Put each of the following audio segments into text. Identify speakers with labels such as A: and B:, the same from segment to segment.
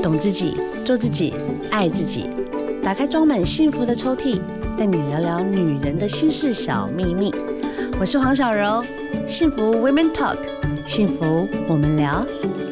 A: 懂自己，做自己，爱自己。打开装满幸福的抽屉，带你聊聊女人的心事小秘密。我是黄小柔，幸福 Women Talk， 幸福我们聊。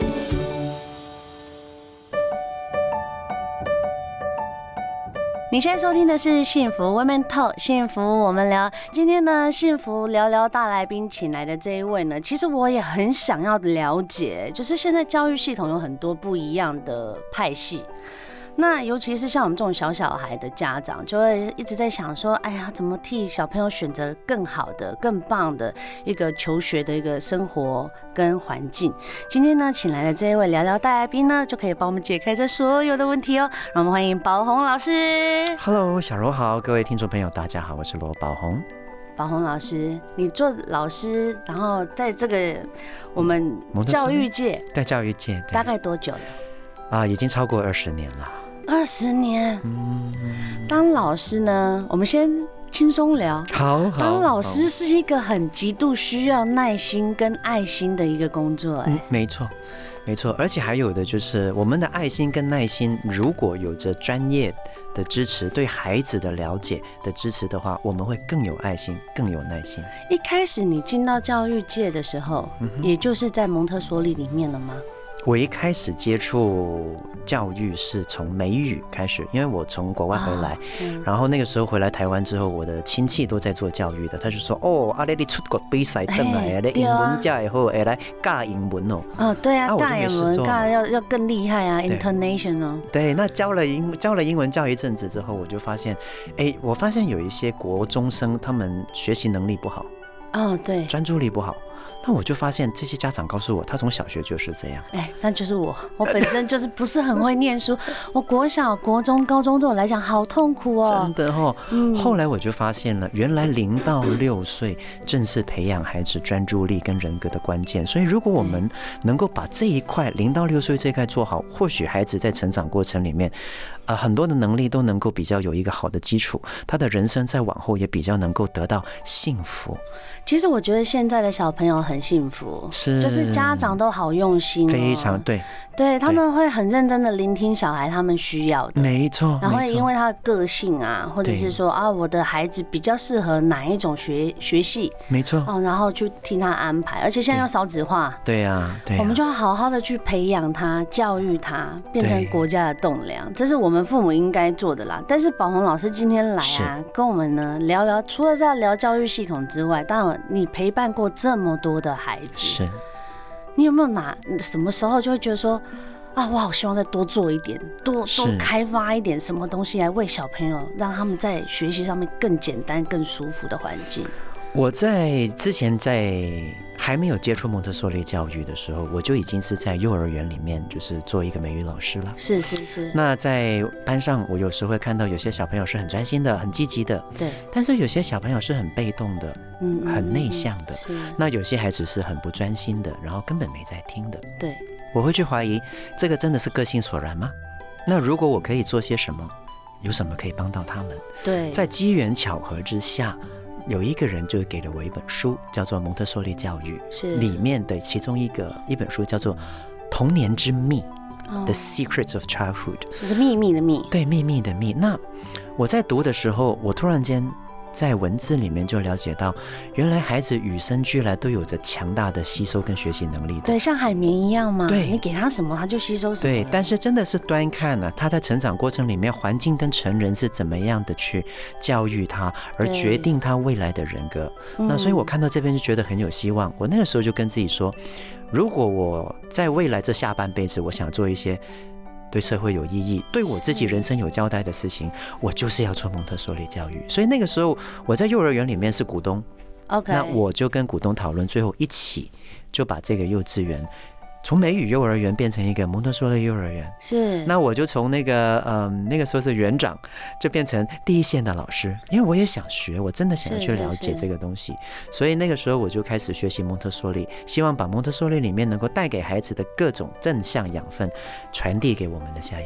A: 你现在收听的是幸福 Women Talk， 幸福我们聊。今天呢，幸福聊聊大来宾请来的这一位呢，其实我也很想要了解，就是现在教育系统有很多不一样的派系。那尤其是像我们这种小孩的家长，就会一直在想说，哎呀，怎么替小朋友选择更好的、更棒的一个求学的一个生活跟环境。今天呢，请来的这一位聊聊大来宾呢，就可以帮我们解开这所有的问题哦。让我们欢迎宝红老师。
B: Hello， 小柔好，各位听众朋友，大家好，我是罗宝红。
A: 宝红老师，你做老师，然后在这个我们教育界，
B: 在教育界
A: 大概多久了？
B: 已经超过20年了。
A: 20年，当老师呢，我们先轻松聊。
B: 好，
A: 当老师是一个很极度需要耐心跟爱心的一个工作，
B: 没错，没错，而且还有的就是我们的爱心跟耐心，如果有着专业的支持，对孩子的了解的支持的话，我们会更有爱心，更有耐心。
A: 一开始你进到教育界的时候，也就是在蒙特梭利里面了吗？
B: 我一开始接触教育是从美语开始，因为我从国外回来，然后那个时候回来台湾之后，我的亲戚都在做教育的，他就说你出国比赛回来，你英文教也好，来教英文哦。
A: 对啊，教英文教要更厉害啊 ，international。
B: 对，那教了英文教一阵子之后，我就发现，我发现有一些国中生他们学习能力不好，
A: 对，
B: 专注力不好。那我就发现这些家长告诉我，他从小学就是这样。
A: 那就是我本身就是不是很会念书，我国小、国中、高中对我来讲好痛苦哦。
B: 真的哦。后来我就发现了，原来0到6岁正是培养孩子专注力跟人格的关键。所以如果我们能够把这一块0到6岁这一块做好，或许孩子在成长过程里面，很多的能力都能够比较有一个好的基础，他的人生再往后也比较能够得到幸福。
A: 其实我觉得现在的小朋友很幸福，就是家长都好用心，
B: 非常对，
A: 他们会很认真的聆听小孩他们需要的，
B: 没错，
A: 然后因为他的个性啊，或者是说我的孩子比较适合哪一种学系，
B: 没错，
A: 然后去替他安排，而且现在又少子化，
B: 对啊，
A: 我们就要好好的去培养他，教育他，变成国家的栋梁，这是我们父母应该做的啦。但是宝红老师今天来跟我们呢聊聊，除了在聊教育系统之外，当然你陪伴过这么多的孩子，
B: 是，
A: 你有没有什么时候就会觉得说我好希望再多做一点，多开发一点什么东西来为小朋友，让他们在学习上面更简单、更舒服的环境。
B: 我在之前在还没有接触蒙特梭利教育的时候，我就已经是在幼儿园里面就是做一个美语老师了。
A: 是。
B: 那在班上，我有时候会看到有些小朋友是很专心的、很积极的，
A: 对。
B: 但是有些小朋友是很被动的，很内向的。那有些孩子是很不专心的，然后根本没在听的。
A: 对。
B: 我会去怀疑，这个真的是个性所然吗？那如果我可以做些什么，有什么可以帮到他们？
A: 对。在
B: 机缘巧合之下，有一个人就给了我一本书，叫做《蒙特梭利教育》，里面的其中一本书叫做《童年之秘》The Secrets of Childhood，
A: 是秘密的秘，
B: 对，秘密的秘。那我在读的时候，我突然间在文字里面就了解到，原来孩子与生俱来都有着强大的吸收跟学习能力的。
A: 对，像海绵一样嘛，
B: 对，
A: 你给他什么他就吸收什么。
B: 对，但是真的是端看了他在成长过程里面，环境跟成人是怎么样的去教育他，而决定他未来的人格。那所以我看到这边就觉得很有希望。我那个时候就跟自己说，如果我在未来这下半辈子，我想做一些对社会有意义、对我自己人生有交代的事情，我就是要做蒙特梭利教育。所以那个时候我在幼儿园里面是股东，那我就跟股东讨论，最后一起就把这个幼稚园从美语幼儿园变成一个蒙特梭利幼儿园。
A: 是，
B: 那我就从那个时候是园长，就变成第一线的老师，因为我也想学，我真的想要去了解这个东西。所以那个时候我就开始学习蒙特梭利，希望把蒙特梭利里面能够带给孩子的各种正向养分传递给我们的下一代。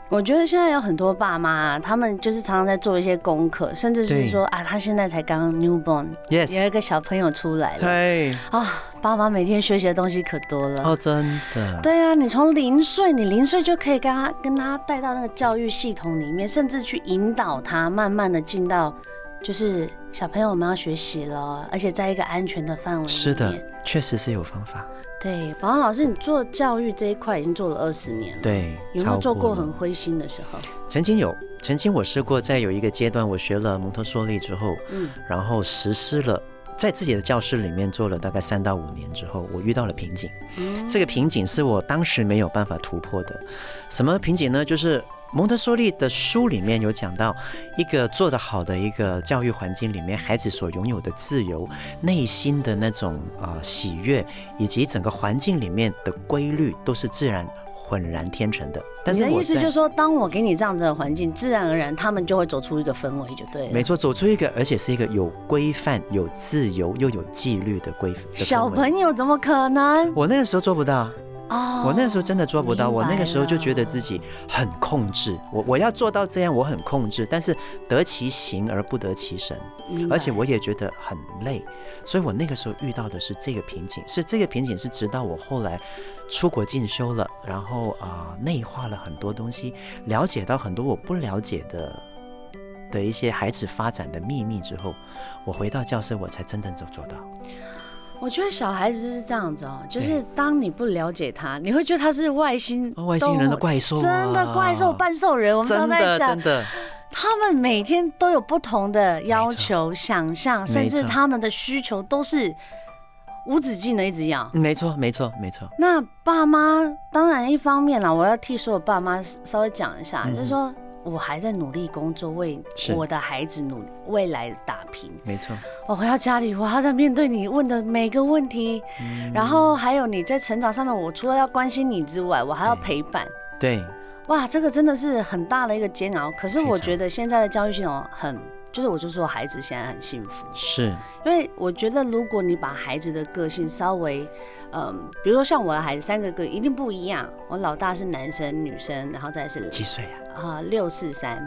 A: 我觉得现在有很多爸妈，他们就是常常在做一些功课，甚至是说啊，他现在才刚 newborn，
B: yes，
A: 有一个小朋友出来了，
B: 对
A: 啊，爸妈每天学习的东西可多了。
B: 哦，真的。
A: 对啊，你从0岁，你0岁就可以跟他带到那个教育系统里面，甚至去引导他，慢慢的进到就是小朋友我们要学习了，而且在一个安全的范围里面。
B: 是的，确实是有方法。
A: 对，宝航老师，你做教育这一块已经做了20年了，
B: 对，
A: 有没有做过很灰心的时候？
B: 曾经我试过，在有一个阶段，我学了蒙特梭利之后，然后实施了，在自己的教室里面做了大概3到5年之后，我遇到了瓶颈。这个瓶颈是我当时没有办法突破的。什么瓶颈呢？就是蒙特梭利的书里面有讲到，一个做得好的一个教育环境里面，孩子所拥有的自由、内心的那种喜悦，以及整个环境里面的规律，都是自然浑然天成的。但是
A: 你的意思就是说，当我给你这样子的环境，自然而然他们就会走出一个氛围，就对了。
B: 没错，走出一个，而且是一个有规范、有自由又有纪律的规范。
A: 小朋友怎么可能？
B: 我那个时候做不到。我那个时候真的做不到，我那个时候就觉得自己很控制，我要做到这样，我很控制，但是得其形而不得其神，而且我也觉得很累，所以我那个时候遇到的是这个瓶颈，是直到我后来出国进修了，然后内化了很多东西，了解到很多我不了解的一些孩子发展的秘密之后，我回到教室，我才真正做到。
A: 我觉得小孩子是这样子哦，就是当你不了解他，你会觉得他是外星
B: 人的怪兽，
A: 真的怪兽半兽人。我们刚才讲，
B: 真的，
A: 他们每天都有不同的要求、想象，甚至他们的需求都是无止境的一直要。
B: 没错。
A: 那爸妈当然一方面啦，我要替所有爸妈稍微讲一下，就是说，我还在努力工作，为我的孩子未来打拼。
B: 没错，
A: 我回到家里，我还在面对你问的每个问题，然后还有你在成长上面，我除了要关心你之外，我还要陪伴。
B: 对，
A: 哇，这个真的是很大的一个煎熬。可是我觉得现在的教育系统我就说孩子现在很幸福，
B: 是
A: 因为我觉得如果你把孩子的个性稍微比如说像我的孩子3个个一定不一样，我老大是男生女生，然后再是
B: 几岁啊
A: ？6、4、3。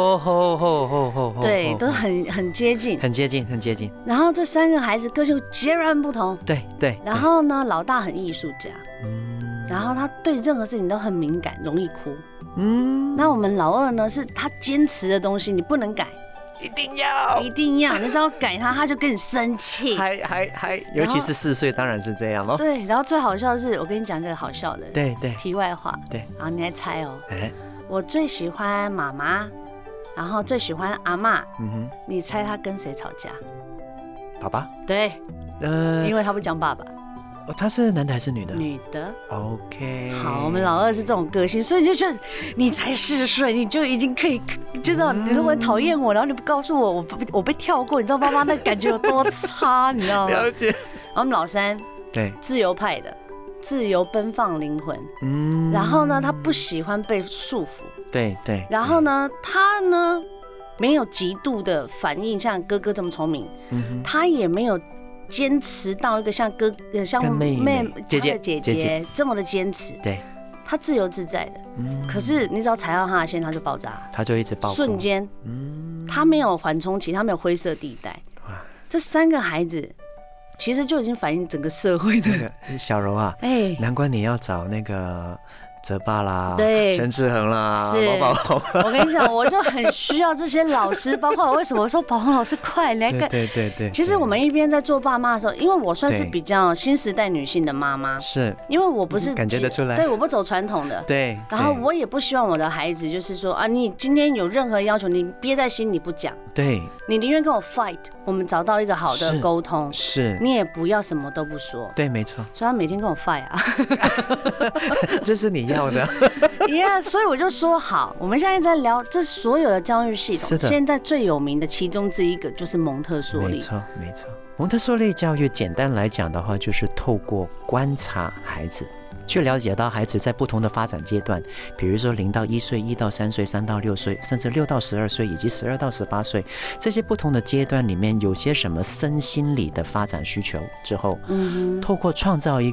A: 对，都很接近，
B: 很接近。
A: 然后这3个孩子个性截然不同。
B: 对。
A: 然后呢，老大很艺术家，然后他对任何事情都很敏感，容易哭。那我们老二呢，是他坚持的东西你不能改。
B: 一定要，
A: 你只要改他就跟你生气。
B: 尤其是4岁，当然是这样咯。
A: 对，然后最好笑的是，我跟你讲个好笑的，
B: 对，
A: 题外话，
B: 对，
A: 然后你来猜哦。我最喜欢妈妈，然后最喜欢阿嬷。你猜他跟谁吵架？
B: 爸爸。
A: 对，因为他不讲爸爸。
B: 他是男的还是女的？
A: 女的。
B: OK。
A: 好，我们老二是这种个性，所以就觉得你才4岁，你就已经可以，就知道你如果讨厌我，然后你不告诉我，我被跳过，你知道妈妈那感觉有多差，你知道吗？
B: 了解。
A: 然后我们老3，对，自由派的，自由奔放灵魂。然后呢，他不喜欢被束缚。对。然后呢，他呢没有极度的反应，像哥哥这么聪明。他也没有坚持到一个像姐姐这么的坚持。对，他自由自在的。可是你只要踩到他的线，他就爆炸，
B: 他就一直爆，
A: 瞬间。他没有缓冲期，他没有灰色地带。这3个孩子其实就已经反映整个社会的。
B: 小柔啊，难怪你要找那个泽爸啦，
A: 对，
B: 陈志恒啦，
A: 宝宝。我跟你讲，我就很需要这些老师，包括我为什么说宝红老师快来个。对。其实我们一边在做爸妈的时候，因为我算是比较新时代女性的妈妈，是因为我不是
B: 感觉得出来，
A: 对，我不走传统的，对。然后我也不希望我的孩子就是说啊，你今天有任何要求，你憋在心里不讲，对，你宁愿跟我 fight， 我们找到一个好的沟通，是，你也不要什么都不说，对，没错。所以他每天跟我 fight 啊，
B: 这是你要的。
A: Yeah， 所以我就说好，我们现在在聊这所有的教育系统，现在最有名的其中之一个就是蒙特梭利。
B: 没错。蒙特梭利教育简单来讲的话，就是透过观察孩子，去了解到孩子在不同的发展阶段，比如说0到1岁、1到3岁、3到6岁，甚至6到12岁以及12到18岁，这些不同的阶段里面有些什么身心理的发展需求之后，透过创造一个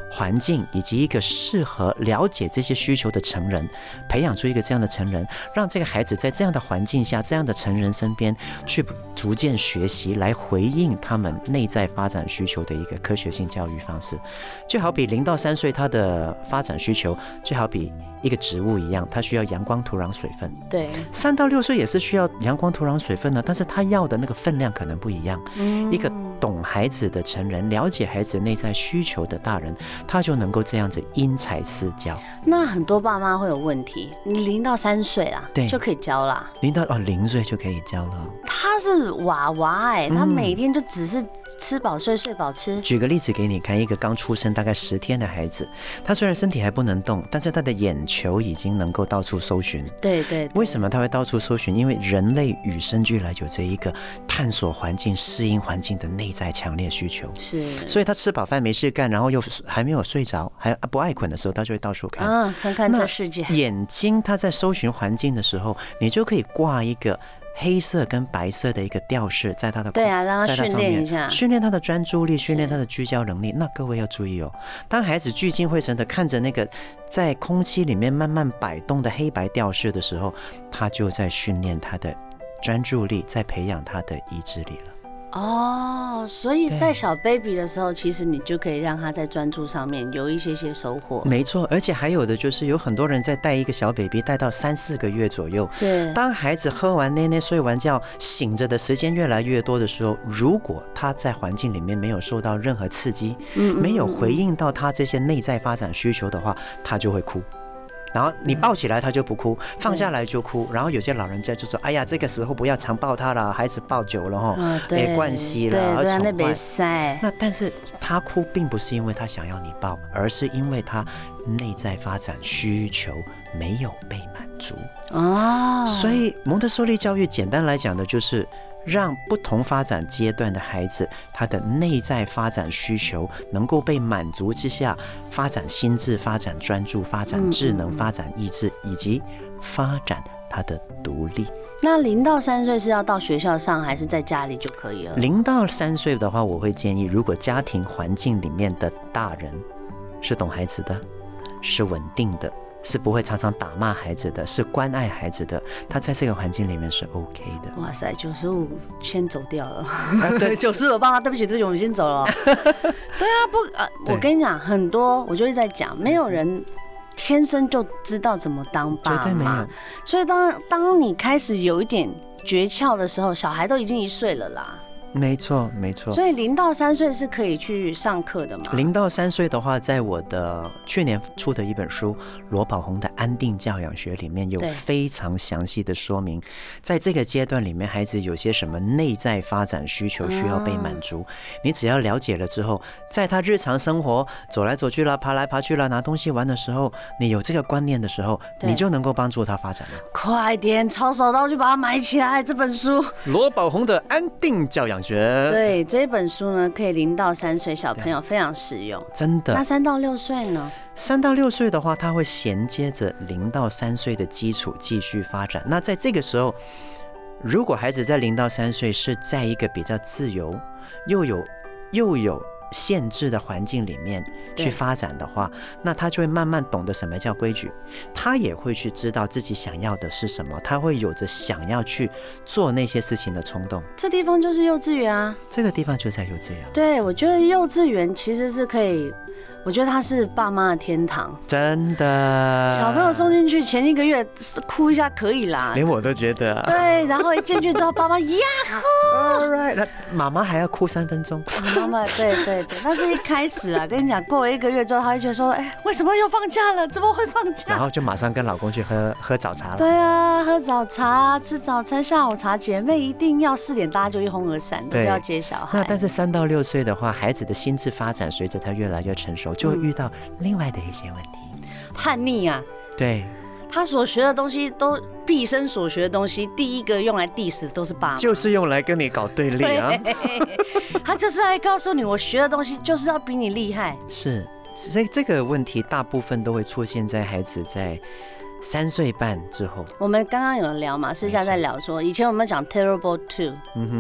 B: 环境以及一个适合了解这些需求的成人，培养出一个这样的成人，让这个孩子在这样的环境下，这样的成人身边去逐渐学习，来回应他们内在发展需求的一个科学性教育方式。就好比0到3岁他的发展需求，就好比一个植物一样，它需要阳光、土壤、水分。
A: 对
B: ，3到6岁也是需要阳光、土壤、水分的，但是他要的那个分量可能不一样。一个懂孩子的成人，了解孩子内在需求的大人，他就能够这样子因材施教。
A: 那很多爸妈会有问题，你0到3岁啦，
B: 对，
A: 就可以教啦。
B: 0岁就可以教了。
A: 他是娃娃他每天就只是吃饱睡，睡饱吃。
B: 举个例子给你看，一个刚出生大概10天的孩子，他虽然身体还不能动，但是他的眼球已经能够到处搜寻。
A: 对对。
B: 为什么他会到处搜寻？因为人类与生俱来有着一个探索环境、适应环境的内在强烈需求。
A: 是。
B: 所以他吃饱饭没事干，然后又还没有睡着，还不爱困的时候，他就会到处看，
A: 看看这世界。
B: 眼睛他在搜寻环境的时候，你就可以挂一个黑色跟白色的一个吊饰在他的
A: 对啊，让他训练一下，
B: 训练他的专注力，训练他的聚焦能力。那各位要注意哦，当孩子聚精会神的看着那个在空气里面慢慢摆动的黑白吊饰的时候，他就在训练他的专注力，在培养他的意志力了。
A: 所以在小 baby 的时候，其实你就可以让他在专注上面有一些收获。
B: 没错，而且还有的就是有很多人在带一个小 baby 带到3、4个月左右，
A: 是
B: 当孩子喝完奶奶、睡完觉、醒着的时间越来越多的时候，如果他在环境里面没有受到任何刺激，没有回应到他这些内在发展需求的话，他就会哭。然后你抱起来他就不哭，放下来就哭。然后有些老人家就说：“哎呀，这个时候不要常抱他了，孩子抱久了哈，惯习了，
A: 对，那没塞。”
B: 那但是他哭并不是因为他想要你抱，而是因为他内在发展需求没有被满足。所以蒙特梭利教育简单来讲的就是让不同发展阶段的孩子，他的内在发展需求能够被满足之下，发展心智、发展专注、发展智能、发展意志，以及发展他的独立。
A: 那0到3岁是要到学校上，还是在家里就可以了
B: ？0到3岁的话，我会建议，如果家庭环境里面的大人是懂孩子的，是稳定的，是不会常常打骂孩子的，是关爱孩子的，他在这个环境里面是 OK 的。
A: 哇塞，95先走掉了。对，95爸妈，对不起，我们先走了。对啊，我跟你讲，很多我就一直在讲，没有人天生就知道怎么当爸妈，绝对没有。所以当你开始有一点诀窍的时候，小孩都已经1岁了啦。
B: 没错，没错。
A: 所以0到3岁是可以去上课的吗
B: ？0到3岁的话，在我的去年出的一本书《罗宝红的安定教养学》里面有非常详细的说明，在这个阶段里面，孩子有些什么内在发展需求需要被满足。你只要了解了之后，在他日常生活走来走去啦、爬来爬去啦、拿东西玩的时候，你有这个观念的时候，你就能够帮助他发展了。
A: 快点，抄手刀去把它买起来！这本书《
B: 罗宝红的安定教养学》。
A: 对，这本书呢，可以0到3岁小朋友非常实用，
B: 真的。
A: 那3到6岁呢
B: ？3到6岁的话，它会衔接着0到3岁的基础继续发展。那在这个时候，如果孩子在0到3岁是在一个比较自由又有限制的环境里面去发展的话，那他就会慢慢懂得什么叫规矩，他也会去知道自己想要的是什么，他会有着想要去做那些事情的冲动。
A: 这地方就是幼稚园啊，
B: 这个地方就在幼稚园。
A: 对，我觉得幼稚园其实是可以，我觉得它是爸妈的天堂，
B: 真的。
A: 小朋友送进去前1个月哭一下可以啦，
B: 连我都觉得。
A: 对，然后一进去之后，爸妈呀呼
B: ，All right， 那妈妈还要哭3分钟。
A: 妈妈，对，但是一开始啊，跟你讲，过了1个月之后，他会觉得说，哎，为什么又放假了？怎么会放假？
B: 然后就马上跟老公去喝早茶了。
A: 对啊，喝早茶，吃早餐，下午茶，姐妹一定要4点，大家就一哄而散，都要接小孩。
B: 那但是3到6岁的话，孩子的心智发展随着他越来越成熟，就会遇到另外的一些问题，
A: 叛逆啊。
B: 对。
A: 他所学的东西，都毕生所学的东西，第一个用来 diss 都是爸妈，
B: 就是用来跟你搞对立啊。
A: 他就是来告诉你，我学的东西就是要比你厉害。
B: 是，所以这个问题大部分都会出现在孩子在3岁半之后。
A: 我们刚刚有聊嘛，私下在聊说，以前我们讲 terrible two，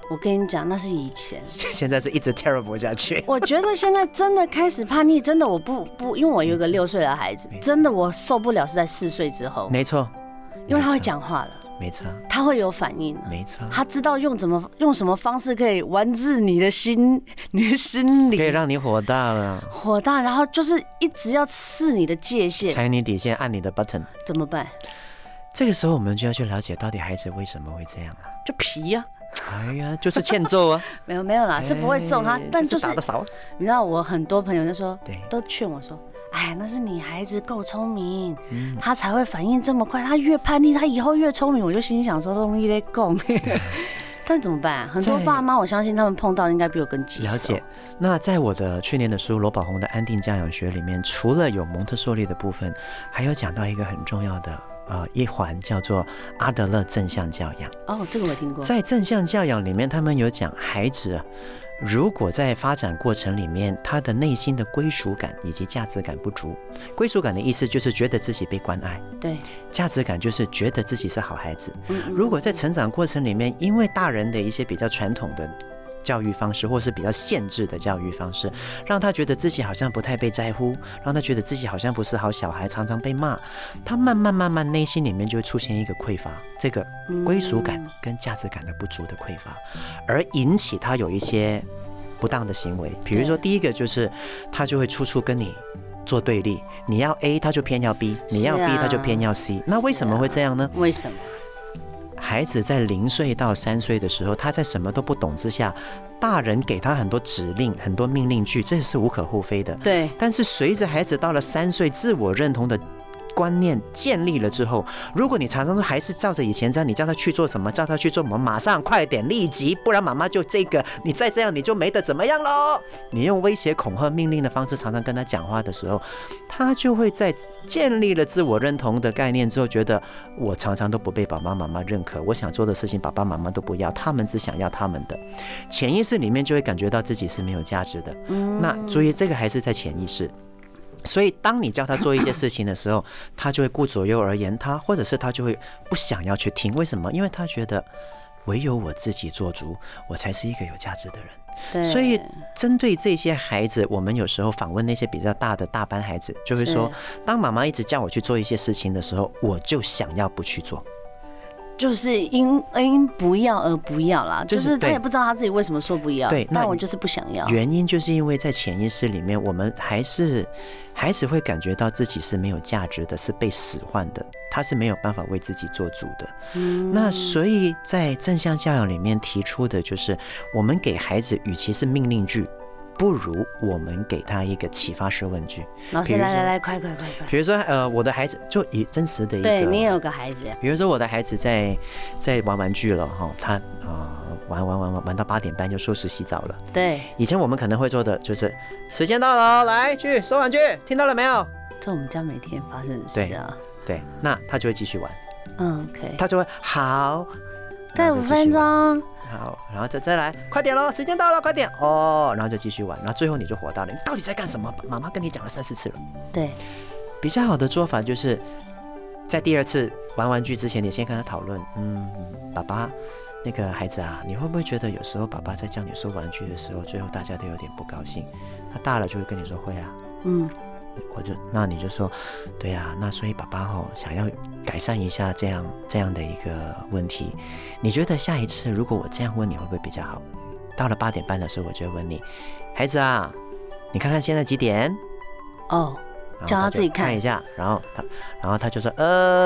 A: 我跟你讲，那是以前，
B: 现在是一直 terrible 下去。
A: 我觉得现在真的开始叛逆，真的我不，因为我有一个6岁的孩子，真的我受不了是在4岁之后。
B: 没错，
A: 因为他会讲话了。
B: 没错，
A: 他会有反应，
B: 没错，
A: 他知道用什么方式可以玩治你的心灵，
B: 可以让你火大了，
A: 火大，然后就是一直要试你的界限，
B: 踩你底线，按你的 button，
A: 怎么办？
B: 这个时候我们就要去了解到底孩子为什么会这样啊？
A: 就皮啊！
B: 哎呀，就是欠揍啊！
A: 没有啦，是不会揍他，但就是
B: 打得少。
A: 你知道我很多朋友就说，都劝我说。哎，那是你孩子够聪明，他才会反应这么快。他越叛逆，他以后越聪明。我就心想说，容易在讲，但怎么办？很多爸妈，我相信他们碰到应该比我更棘手。
B: 了解。那在我的去年的书《罗宝红的安定教养学》里面，除了有蒙特梭利的部分，还有讲到一个很重要的一环，叫做阿德勒正向教养。
A: 哦，这个我听过。
B: 在正向教养里面，他们有讲孩子如果在发展过程里面，他的内心的归属感以及价值感不足，归属感的意思就是觉得自己被关爱，
A: 对，
B: 价值感就是觉得自己是好孩子。如果在成长过程里面，因为大人的一些比较传统的教育方式，或是比较限制的教育方式，让他觉得自己好像不太被在乎，让他觉得自己好像不是好小孩，常常被骂，他慢慢内心里面就会出现一个匮乏，这个归属感跟价值感的不足的匮乏，而引起他有一些不当的行为。比如说第一个就是他就会处处跟你做对立，你要 A 他就偏要 B， 你要 B 他就偏要 C。 那为什么会这样呢？
A: 为什么？
B: 孩子在0岁到3岁的时候，他在什么都不懂之下，大人给他很多指令，很多命令句，这是无可厚非的。
A: 对。
B: 但是随着孩子到了3岁，自我认同的观念建立了之后，如果你常常说还是照着以前这样，你叫他去做什么，叫他去做什么，马上快点立即，不然妈妈就这个，你再这样你就没得怎么样咯。你用威胁恐吓命令的方式常常跟他讲话的时候，他就会在建立了自我认同的概念之后，觉得我常常都不被爸爸妈妈认可，我想做的事情爸爸妈妈都不要，他们只想要他们的，潜意识里面就会感觉到自己是没有价值的。那注意，这个还是在潜意识。所以当你叫他做一些事情的时候，他就会顾左右而言他，或者是他就会不想要去听。为什么？因为他觉得唯有我自己做主，我才是一个有价值的人。所以针对这些孩子，我们有时候访问那些比较大的大班孩子，就会说，当妈妈一直叫我去做一些事情的时候，我就想要不去做，
A: 就是因不要而不要啦，就是他也不知道他自己为什么说不要，对，但我就是不想要。
B: 原因就是因为在潜意识里面，我们还是孩子会感觉到自己是没有价值的，是被使唤的，他是没有办法为自己做主的。那所以在正向教养里面提出的就是，我们给孩子与其是命令句，不如我们给他一个启发式问句。
A: 老师，来，快！
B: 比如说，我的孩子就以真实的一个，
A: 对你也有个孩子。
B: 比如说我的孩子在玩玩具了哈，他玩到8点半就收拾洗澡了。
A: 对，
B: 以前我们可能会做的就是时间到了，来去收玩具，听到了没有？
A: 这我们家每天发生的事啊。
B: 对，那他就会继续玩。
A: OK，
B: 他就会好，
A: 再5分钟。
B: 好，然后再来，快点咯，时间到了，快点哦，然后就继续玩，然后最后你就火大了，你到底在干什么？妈妈跟你讲了3、4次了。
A: 对，
B: 比较好的做法就是在第2次玩玩具之前，你先跟他讨论，爸爸，那个孩子啊，你会不会觉得有时候爸爸在叫你收玩具的时候，最后大家都有点不高兴？他大了就会跟你说会啊，那你就说，对啊，那所以爸爸想要改善一下这样的一个问题。你觉得下一次如果我这样问你会不会比较好？到了8点半的时候，我就会问你，孩子啊，你看看现在几点？
A: 叫他自己
B: 看一下，然后他就说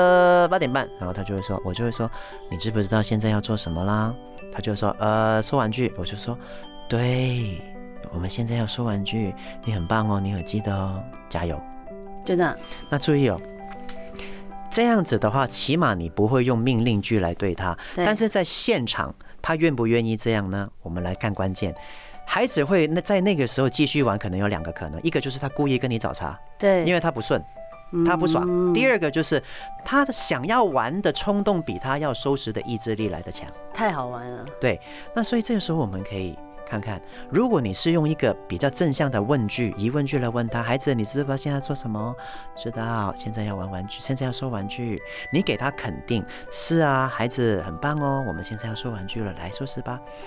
B: 8点半，然后他就会说，我就会说，你知不知道现在要做什么啦？他就说收玩具，我就说对。我们现在要收玩具，你很棒哦，你有记得哦，加油！
A: 就这样。
B: 那注意哦，这样子的话，起码你不会用命令句来对他。但是在现场，他愿不愿意这样呢？我们来看关键。孩子会在那个时候继续玩，可能有2个可能，一个就是他故意跟你找茬，对，因为他不顺，他不爽。第2个就是他想要玩的冲动比他要收拾的意志力来得强，
A: 太好玩了。
B: 对，那所以这个时候我们可以看看，如果你是用一个比较正向的问句、疑问句来问他，孩子，你知不知道现在做什么？知道，现在要玩玩具，现在要收玩具。你给他肯定，是啊，孩子很棒哦，我们现在要收玩具了，来收拾吧。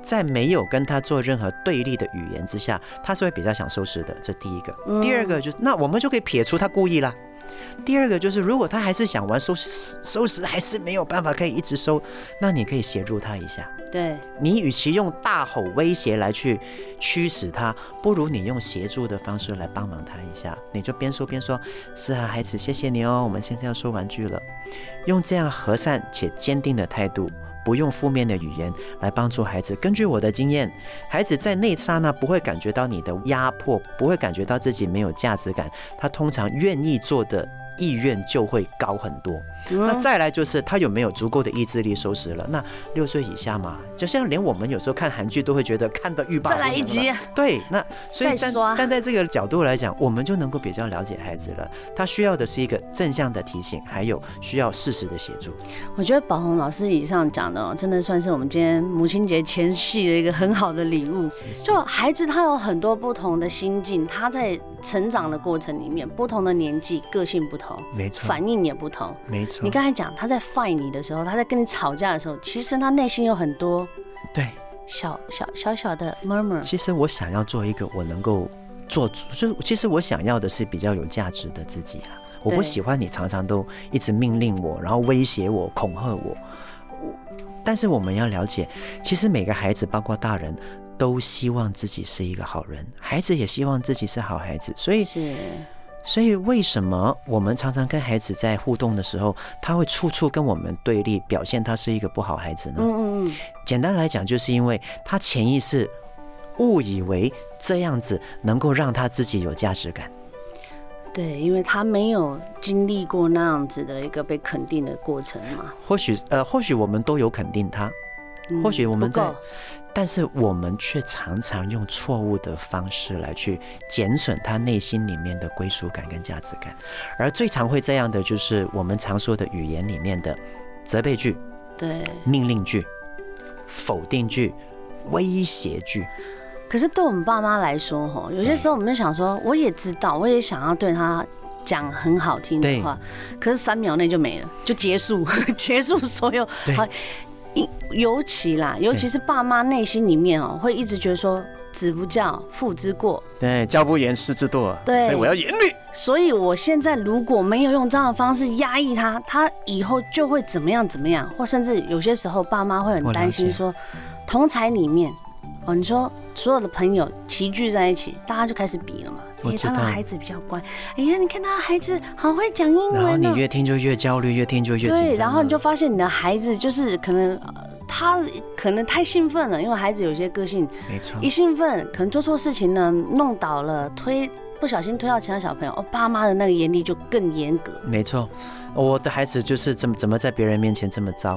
B: 在没有跟他做任何对立的语言之下，他是会比较想收拾的，这第一个。第二个就是，那我们就可以撇除他故意啦。第二个就是，如果他还是想玩收拾还是没有办法可以一直收，那你可以协助他一下。
A: 对，
B: 你与其用大吼威胁来去驱使他，不如你用协助的方式来帮忙他一下。你就边说边说：“是啊，孩子，谢谢你哦，我们现在要收玩具了。”用这样和善且坚定的态度，不用负面的语言来帮助孩子。根据我的经验，孩子在那刹那不会感觉到你的压迫，不会感觉到自己没有价值感，他通常愿意做的意愿就会高很多。那再来就是他有没有足够的意志力收拾了。那6岁以下嘛，就像连我们有时候看韩剧都会觉得看到欲罢不能了，再来一集。对，那所以站在这个角度来讲，我们就能够比较了解孩子了。他需要的是一个正向的提醒，还有需要适时的协助。
A: 我觉得宝宏老师以上讲的真的算是我们今天母亲节前夕的一个很好的礼物。就孩子他有很多不同的心境，他在成长的过程里面，不同的年纪，个性不同，
B: 没错，
A: 反应也不同，
B: 没错。
A: 你刚才讲他在 fight 你的时候，他在跟你吵架的时候，其实他内心有很多
B: 对
A: 小的 murmur。
B: 其实我想要做一个我能够做主，就其实我想要的是比较有价值的自己啊。我不喜欢你常常都一直命令我，然后威胁我、恐吓我。但是我们要了解，其实每个孩子，包括大人，都希望自己是一个好人，孩子也希望自己是好孩子，所以为什么我们常常跟孩子在互动的时候，他会处处跟我们对立，表现他是一个不好孩子呢？简单来讲，就是因为他潜意识误以为这样子能够让他自己有价值感。
A: 对，因为他没有经历过那样子的一个被肯定的过程嘛。
B: 或许我们都有肯定他，或许我们在，但是我们却常常用错误的方式来去减损他内心里面的归属感跟价值感。而最常会这样的就是我们常说的语言里面的责备句、
A: 对，
B: 命令句、否定句、威胁句。
A: 可是对我们爸妈来说，有些时候我们就想说，我也知道，我也想要对他讲很好听的话，可是3秒内就没了，就结束所有。好，尤其是爸妈内心里面会一直觉得说，子不教，父之过。
B: 对，教不严，师之惰。对，所以我要严厉。
A: 所以我现在如果没有用这样的方式压抑他，他以后就会怎么样，或甚至有些时候爸妈会很担心说，同侪里面。你说所有的朋友齐聚在一起，大家就开始比了嘛？他的孩子比较乖，哎呀，你看他的孩子好会讲英文，然后
B: 你越听就越焦虑，越听就越紧张。
A: 对，然后你就发现你的孩子就是他可能太兴奋了，因为孩子有些个性，
B: 没错，一
A: 兴奋可能做错事情呢，弄倒了，不小心推到其他小朋友，爸妈的那个严厉就更严格。
B: 没错，我的孩子就是怎么在别人面前这么糟，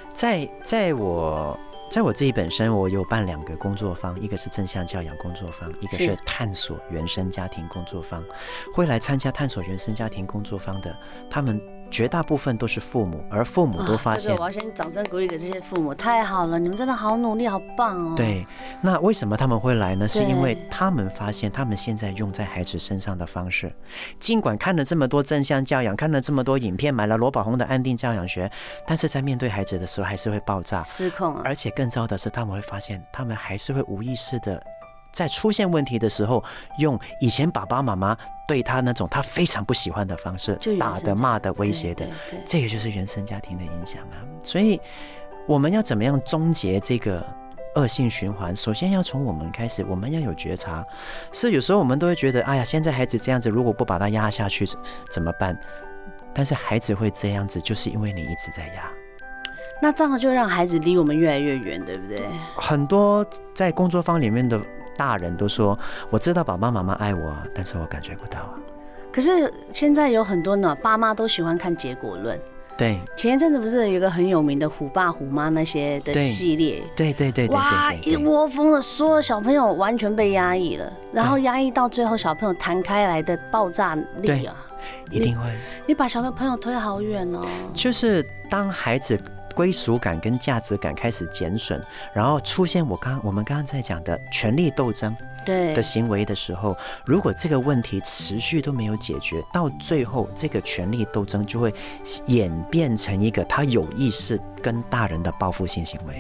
B: 在我自己本身，我有办2个工作坊，一个是正向教养工作坊，一个是探索原生家庭工作坊。会来参加探索原生家庭工作坊的，他们绝大部分都是父母，而父母都发现，
A: 我要先掌声鼓励给这些父母，太好了，你们真的好努力，好棒哦。
B: 对，那为什么他们会来呢？是因为他们发现他们现在用在孩子身上的方式，尽管看了这么多正向教养，看了这么多影片，买了罗宝红的安定教养学，但是在面对孩子的时候还是会爆炸
A: 失控
B: 而且更糟的是，他们会发现他们还是会无意识的在出现问题的时候，用以前爸爸妈妈对他那种他非常不喜欢的方式，打的、骂的、威胁的，这个就是原生家庭的影响啊。所以我们要怎么样终结这个恶性循环？首先要从我们开始，我们要有觉察。是有时候我们都会觉得，哎呀，现在孩子这样子，如果不把他压下去怎么办？但是孩子会这样子，就是因为你一直在压。
A: 那这样就让孩子离我们越来越远，对不对？
B: 很多在工作坊里面的大人都说，我知道爸爸妈妈爱我，但是我感觉不到啊。
A: 可是现在有很多呢，爸妈都喜欢看结果论。
B: 对，
A: 前一阵子不是有一个很有名的虎爸虎妈那些的系列？
B: 对，
A: 哇，一窝蜂的，所有小朋友完全被压抑了，然后压抑到最后，小朋友弹开来的爆炸力啊，
B: 一定会。
A: 你把小朋友推好远哦。
B: 就是当孩子归属感跟价值感开始减损，然后出现我们刚刚在讲的权力斗争的行为的时候，如果这个问题持续都没有解决，到最后这个权力斗争就会演变成一个他有意识跟大人的报复性行为了。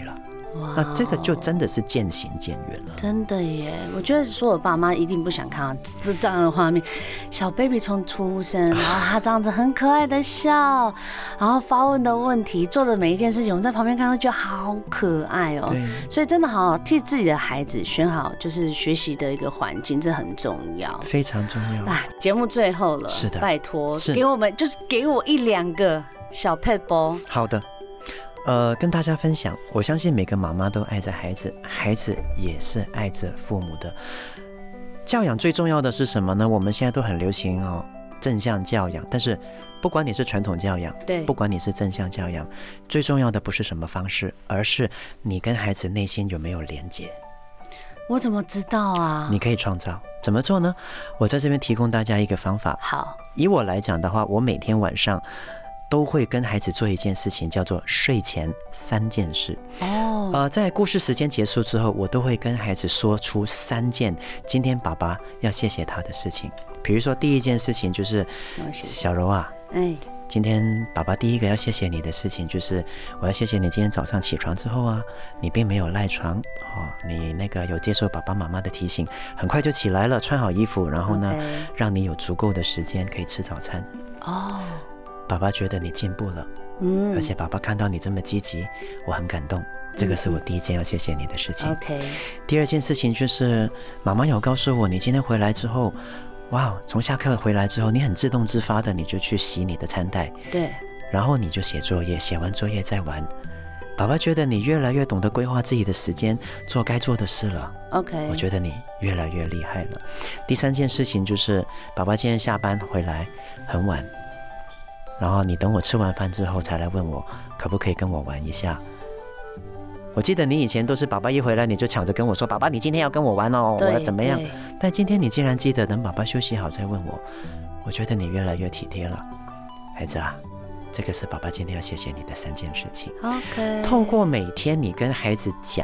B: 那这个就真的是渐行渐远了。
A: 真的耶，我觉得所有爸妈一定不想看到这样的画面。小 baby 从出生，然后他这样子很可爱的笑，然后发问的问题，做的每一件事情，我们在旁边看都觉得好可爱哦。所以真的好好替自己的孩子选好就是学习的一个环境，这很重要，
B: 非常重要。
A: 节目最后了，是的，拜托给我们就是给我1-2个小撇步。好的。
B: 跟大家分享，我相信每个妈妈都爱着孩子，孩子也是爱着父母的。教养最重要的是什么呢？我们现在都很流行正向教养，但是不管你是传统教养，对，不管你是正向教养，最重要的不是什么方式，而是你跟孩子内心有没有连结。
A: 我怎么知道啊？
B: 你可以创造，怎么做呢？我在这边提供大家一个方法。好，以我来讲的话，我每天晚上都会跟孩子做一件事情，叫做睡前3件事。在故事时间结束之后，我都会跟孩子说出3件今天爸爸要谢谢他的事情。比如说第一件事情就是小柔啊，今天爸爸第一个要谢谢你的事情就是我要谢谢你今天早上起床之后啊，你并没有赖床你那个有接受爸爸妈妈的提醒，很快就起来了，穿好衣服，然后呢让你有足够的时间可以吃早餐。爸爸觉得你进步了，而且爸爸看到你这么积极，我很感动。这个是我第一件要谢谢你的事情。第二件事情就是妈妈有告诉我，你今天回来之后，哇，从下课回来之后，你很自动自发的你就去洗你的餐袋，对，然后你就写作业，写完作业再玩。爸爸觉得你越来越懂得规划自己的时间，做该做的事了。我觉得你越来越厉害了。第3件事情就是爸爸今天下班回来很晚，然后你等我吃完饭之后才来问我可不可以跟我玩一下。我记得你以前都是爸爸一回来你就抢着跟我说，爸爸你今天要跟我玩哦，我要怎么样。但今天你竟然记得等爸爸休息好再问我，我觉得你越来越体贴了。孩子啊，这个是爸爸今天要谢谢你的3件事情。透过每天你跟孩子讲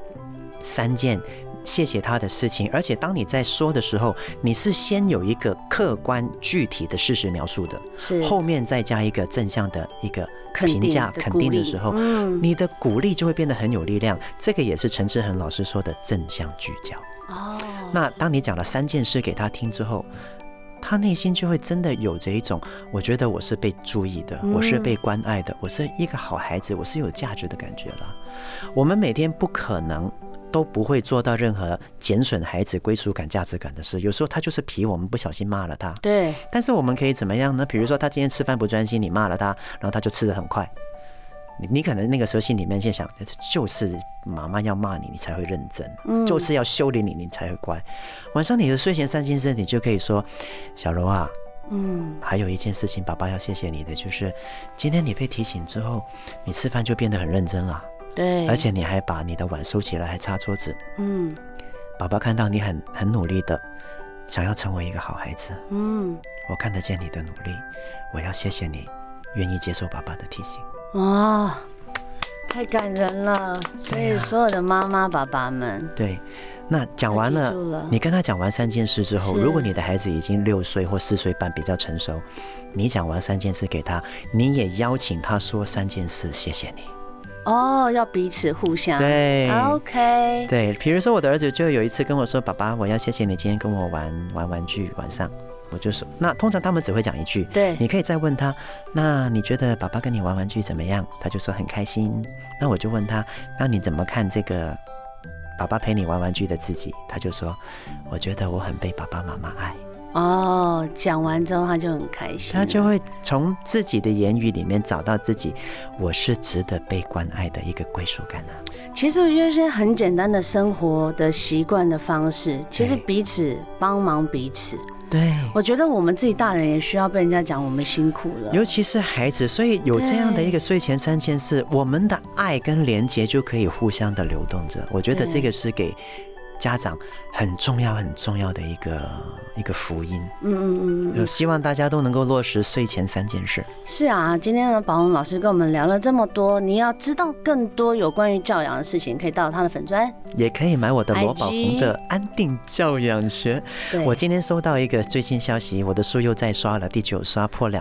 B: 3件谢谢他的事情，而且当你在说的时候，你是先有一个客观具体的事实描述的，后面再加一个正向的一个评价肯定的时候，你的鼓励就会变得很有力量。这个也是陈志恒老师说的正向聚焦。那当你讲了3件事给他听之后，他内心就会真的有着一种我觉得我是被注意的，我是被关爱的，我是一个好孩子，我是有价值的感觉了。我们每天不可能都不会做到任何减损孩子归属感价值感的事，有时候他就是皮，我们不小心骂了他，对，但是我们可以怎么样呢？比如说他今天吃饭不专心，你骂了他，然后他就吃得很快，你可能那个时候心里面先想，就是妈妈要骂你你才会认真，就是要修理你你才会乖。晚上你的睡前3件事你就可以说，小柔啊，还有一件事情爸爸要谢谢你的，就是今天你被提醒之后，你吃饭就变得很认真了，对，而且你还把你的碗收起来，还擦桌子。爸爸看到你很努力的想要成为一个好孩子，我看得见你的努力，我要谢谢你愿意接受爸爸的提醒。
A: 哇，太感人了！所以所有的妈妈爸爸们，
B: 对，那讲完了，你跟他讲完3件事之后，如果你的孩子已经6岁或4岁半比较成熟，你讲完3件事给他，你也邀请他说3件事谢谢你。
A: 要彼此互相，
B: 对
A: ，OK，
B: 对，比如说我的儿子就有一次跟我说，爸爸，我要谢谢你今天跟我玩玩具，晚上我就说，那通常他们只会讲一句，对，你可以再问他，那你觉得爸爸跟你玩玩具怎么样？他就说很开心。那我就问他，那你怎么看这个爸爸陪你玩玩具的自己？他就说，我觉得我很被爸爸妈妈爱。
A: 讲完之后他就很开心，
B: 他就会从自己的言语里面找到自己，我是值得被关爱的一个归属感啊。
A: 其实我觉得一些很简单的生活的习惯的方式，其实彼此帮忙彼此。对，我觉得我们自己大人也需要被人家讲我们辛苦了，
B: 尤其是孩子，所以有这样的一个睡前3件事，我们的爱跟连结就可以互相的流动着。我觉得这个是给家长很重要很重要的一个福音。希望大家都能够落实睡前3件事。
A: 是啊，今天呢，宝宏老师跟我们聊了这么多，你要知道更多有关于教养的事情，可以到他的粉专，
B: 也可以买我的罗宝红的安定教养学。我今天收到一个最新消息，我的书又再刷了第9刷破2万。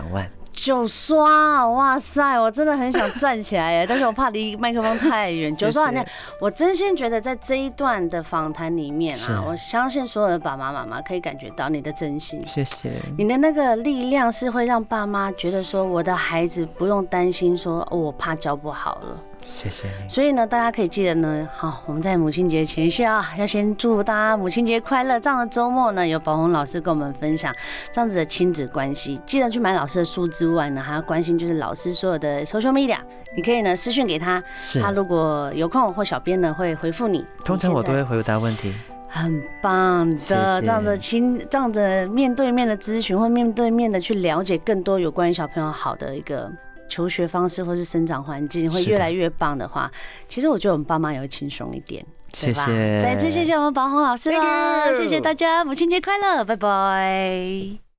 A: 9刷，哇塞，我真的很想站起来耶，但是我怕离麦克风太远。9刷，我真心觉得在这一段的访谈里面啊，我相信所有的爸爸妈妈可以感觉到你的真心。
B: 谢谢。
A: 你的那个力量是会让爸妈觉得说，我的孩子不用担心说，我怕教不好了。
B: 谢谢你。
A: 所以呢，大家可以记得呢，好，我们在母亲节前夕啊，要先祝大家母亲节快乐。这样的周末呢，有宝红老师跟我们分享这样子的亲子关系。记得去买老师的书之外呢，还要关心就是老师所有的 social media， 你可以呢私讯给他，他如果有空或小编呢会回复你。
B: 通常我都会回答问题。
A: 很棒的，
B: 谢谢。
A: 这样子面对面的咨询或面对面的去了解更多有关于小朋友好的一个求学方式或是生长环境会越来越棒的话，其实我觉得我们爸妈也会轻松一点，对吧？
B: 谢谢。
A: 再次谢谢我们宝红老师啦，谢谢大家，母亲节快乐，拜拜。